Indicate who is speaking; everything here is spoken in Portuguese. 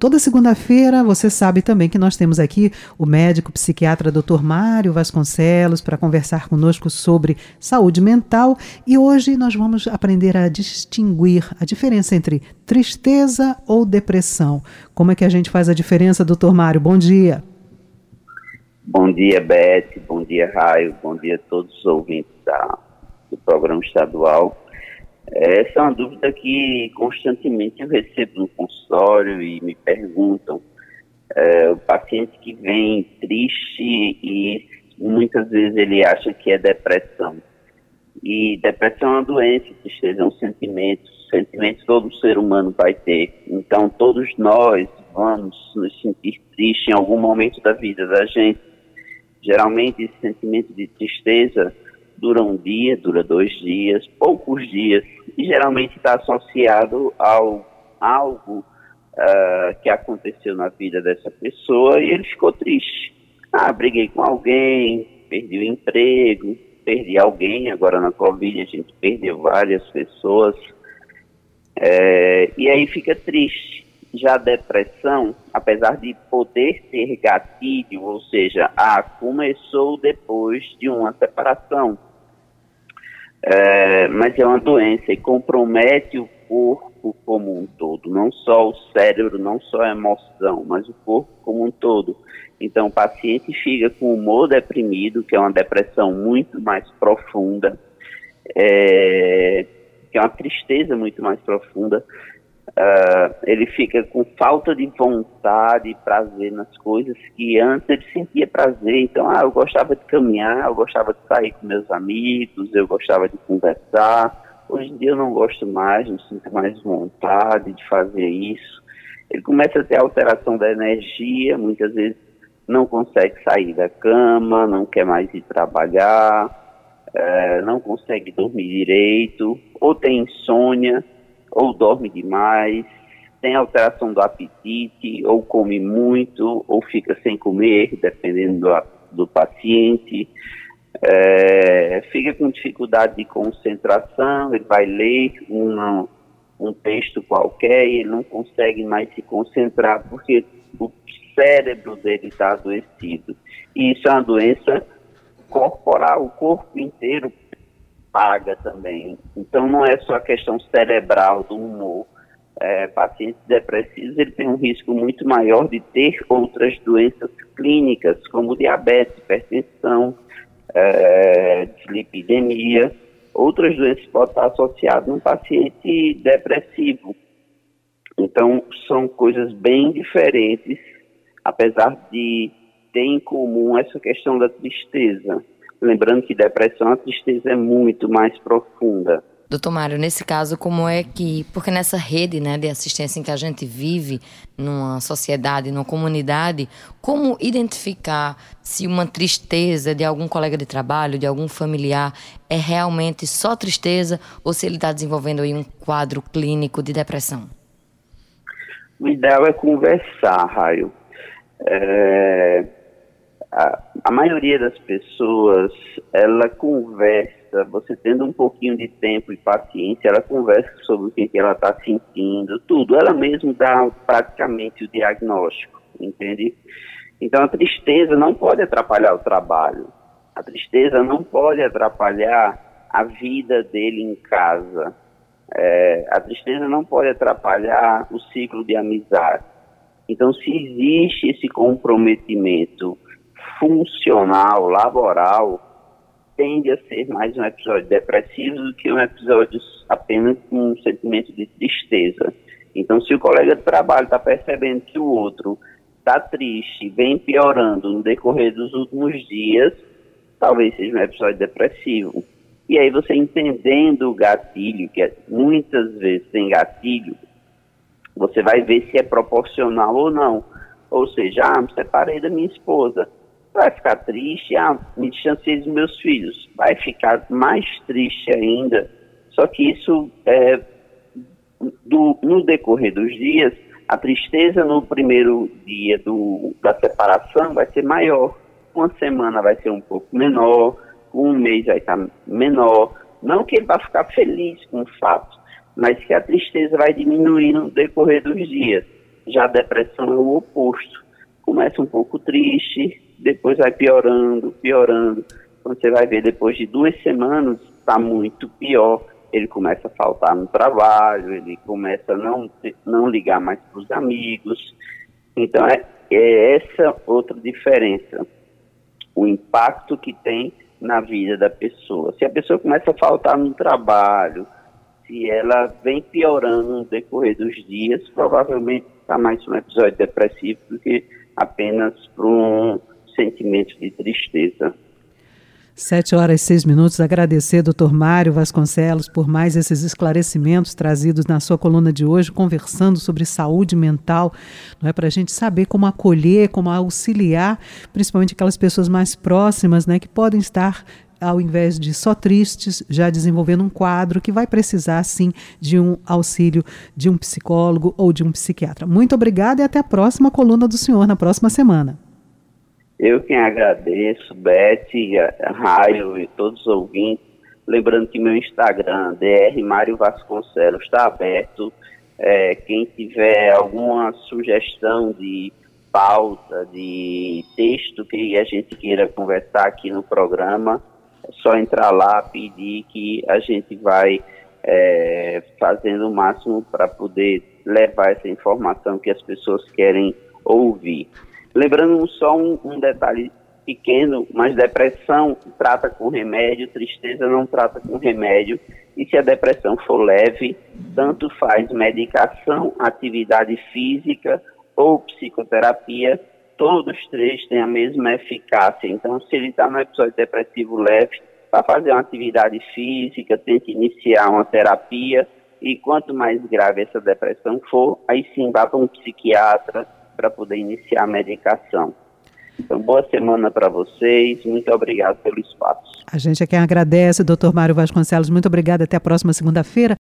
Speaker 1: toda segunda-feira você sabe também que nós temos aqui o médico psiquiatra Dr. Mário Vasconcelos para conversar conosco sobre saúde mental, e hoje nós vamos aprender a distinguir a diferença entre tristeza ou depressão. Como é que a gente faz a diferença, Dr. Mário? Bom dia.
Speaker 2: Bom dia, Beth. Bom dia, Raio. Bom dia a todos os ouvintes do programa estadual. Essa é uma dúvida que constantemente eu recebo no consultório e me perguntam. O paciente que vem triste e muitas vezes ele acha que é depressão. E depressão é uma doença, tristeza é um sentimento todo ser humano vai ter. Então todos nós vamos nos sentir tristes em algum momento da vida da gente. Geralmente esse sentimento de tristeza dura um dia, dura 2 dias, poucos dias, e geralmente está associado a algo que aconteceu na vida dessa pessoa e ele ficou triste. Briguei com alguém, perdi o emprego, perdi alguém, agora na Covid a gente perdeu várias pessoas, e aí fica triste. Já a depressão, apesar de poder ter gatilho, ou seja, começou depois de uma separação, mas é uma doença e compromete o corpo como um todo, não só o cérebro, não só a emoção, mas o corpo como um todo. Então o paciente fica com humor deprimido, que é uma depressão muito mais profunda, que é uma tristeza muito mais profunda. Ele fica com falta de vontade e prazer nas coisas que antes ele sentia prazer. Então, eu gostava de caminhar, eu gostava de sair com meus amigos, eu gostava de conversar. Hoje em dia eu não gosto mais, não sinto mais vontade de fazer isso. Ele começa a ter alteração da energia, muitas vezes não consegue sair da cama, não quer mais ir trabalhar, não consegue dormir direito, ou tem insônia, ou dorme demais, tem alteração do apetite, ou come muito, ou fica sem comer, dependendo do paciente, fica com dificuldade de concentração, ele vai ler um texto qualquer e ele não consegue mais se concentrar, porque o cérebro dele está adoecido. E isso é uma doença corporal, o corpo inteiro paga também. Então não é só a questão cerebral do humor. Pacientes depressivos ele tem um risco muito maior de ter outras doenças clínicas, como diabetes, hipertensão, dislipidemia. Outras doenças podem estar associadas num paciente depressivo. Então são coisas bem diferentes, apesar de ter em comum essa questão da tristeza. Lembrando que depressão, a tristeza é muito mais profunda.
Speaker 3: Doutor Mário, nesse caso, como é que... Porque nessa rede, né, de assistência em que a gente vive, numa sociedade, numa comunidade, como identificar se uma tristeza de algum colega de trabalho, de algum familiar, é realmente só tristeza ou se ele está desenvolvendo aí um quadro clínico de depressão?
Speaker 2: O ideal é conversar, Raio. A maioria das pessoas, ela conversa, você tendo um pouquinho de tempo e paciência, ela conversa sobre o que ela está sentindo, tudo. Ela mesma dá praticamente o diagnóstico, entende? Então a tristeza não pode atrapalhar o trabalho, a tristeza não pode atrapalhar a vida dele em casa, a tristeza não pode atrapalhar o ciclo de amizade. Então se existe esse comprometimento funcional, laboral, tende a ser mais um episódio depressivo do que um episódio apenas com um sentimento de tristeza. Então, se o colega de trabalho está percebendo que o outro está triste, vem piorando no decorrer dos últimos dias, talvez seja um episódio depressivo. E aí você entendendo o gatilho, que muitas vezes tem gatilho, você vai ver se é proporcional ou não. Ou seja, me separei da minha esposa. Vai ficar triste, me distanciei dos meus filhos. Vai ficar mais triste ainda. Só que isso, no decorrer dos dias, a tristeza no primeiro dia da separação vai ser maior. Uma semana vai ser um pouco menor, um mês vai estar menor. Não que ele vai ficar feliz com o fato, mas que a tristeza vai diminuir no decorrer dos dias. Já a depressão é o oposto. Começa um pouco triste, depois vai piorando, piorando. Quando você vai ver, depois de 2 semanas, está muito pior. Ele começa a faltar no trabalho, ele começa a não ligar mais para os amigos. Então, é essa outra diferença. O impacto que tem na vida da pessoa. Se a pessoa começa a faltar no trabalho, se ela vem piorando no decorrer dos dias, provavelmente está mais um episódio depressivo do que apenas por um sentimento de tristeza.
Speaker 1: 7h06. Agradecer, Dr. Mário Vasconcelos, por mais esses esclarecimentos trazidos na sua coluna de hoje, conversando sobre saúde mental, não é, para a gente saber como acolher, como auxiliar, principalmente aquelas pessoas mais próximas, né, que podem estar, ao invés de só tristes, já desenvolvendo um quadro que vai precisar, sim, de um auxílio de um psicólogo ou de um psiquiatra. Muito obrigada e até a próxima coluna do senhor, na próxima semana.
Speaker 2: Eu quem agradeço, Beth, Raio e todos os ouvintes. Lembrando que meu Instagram, Dr. Mário Vasconcelos, está aberto. Quem tiver alguma sugestão de pauta, de texto que a gente queira conversar aqui no programa, é só entrar lá, pedir que a gente vai fazendo o máximo para poder levar essa informação que as pessoas querem ouvir. Lembrando só um detalhe pequeno, mas depressão trata com remédio, tristeza não trata com remédio. E se a depressão for leve, tanto faz medicação, atividade física ou psicoterapia, todos os 3 têm a mesma eficácia. Então, se ele está no episódio depressivo leve, para fazer uma atividade física, tente iniciar uma terapia, e quanto mais grave essa depressão for, aí sim vá para um psiquiatra para poder iniciar a medicação. Então, boa semana para vocês, muito obrigado pelo espaço.
Speaker 1: A gente é quem agradece, Dr. Mário Vasconcelos, muito obrigada, até a próxima segunda-feira.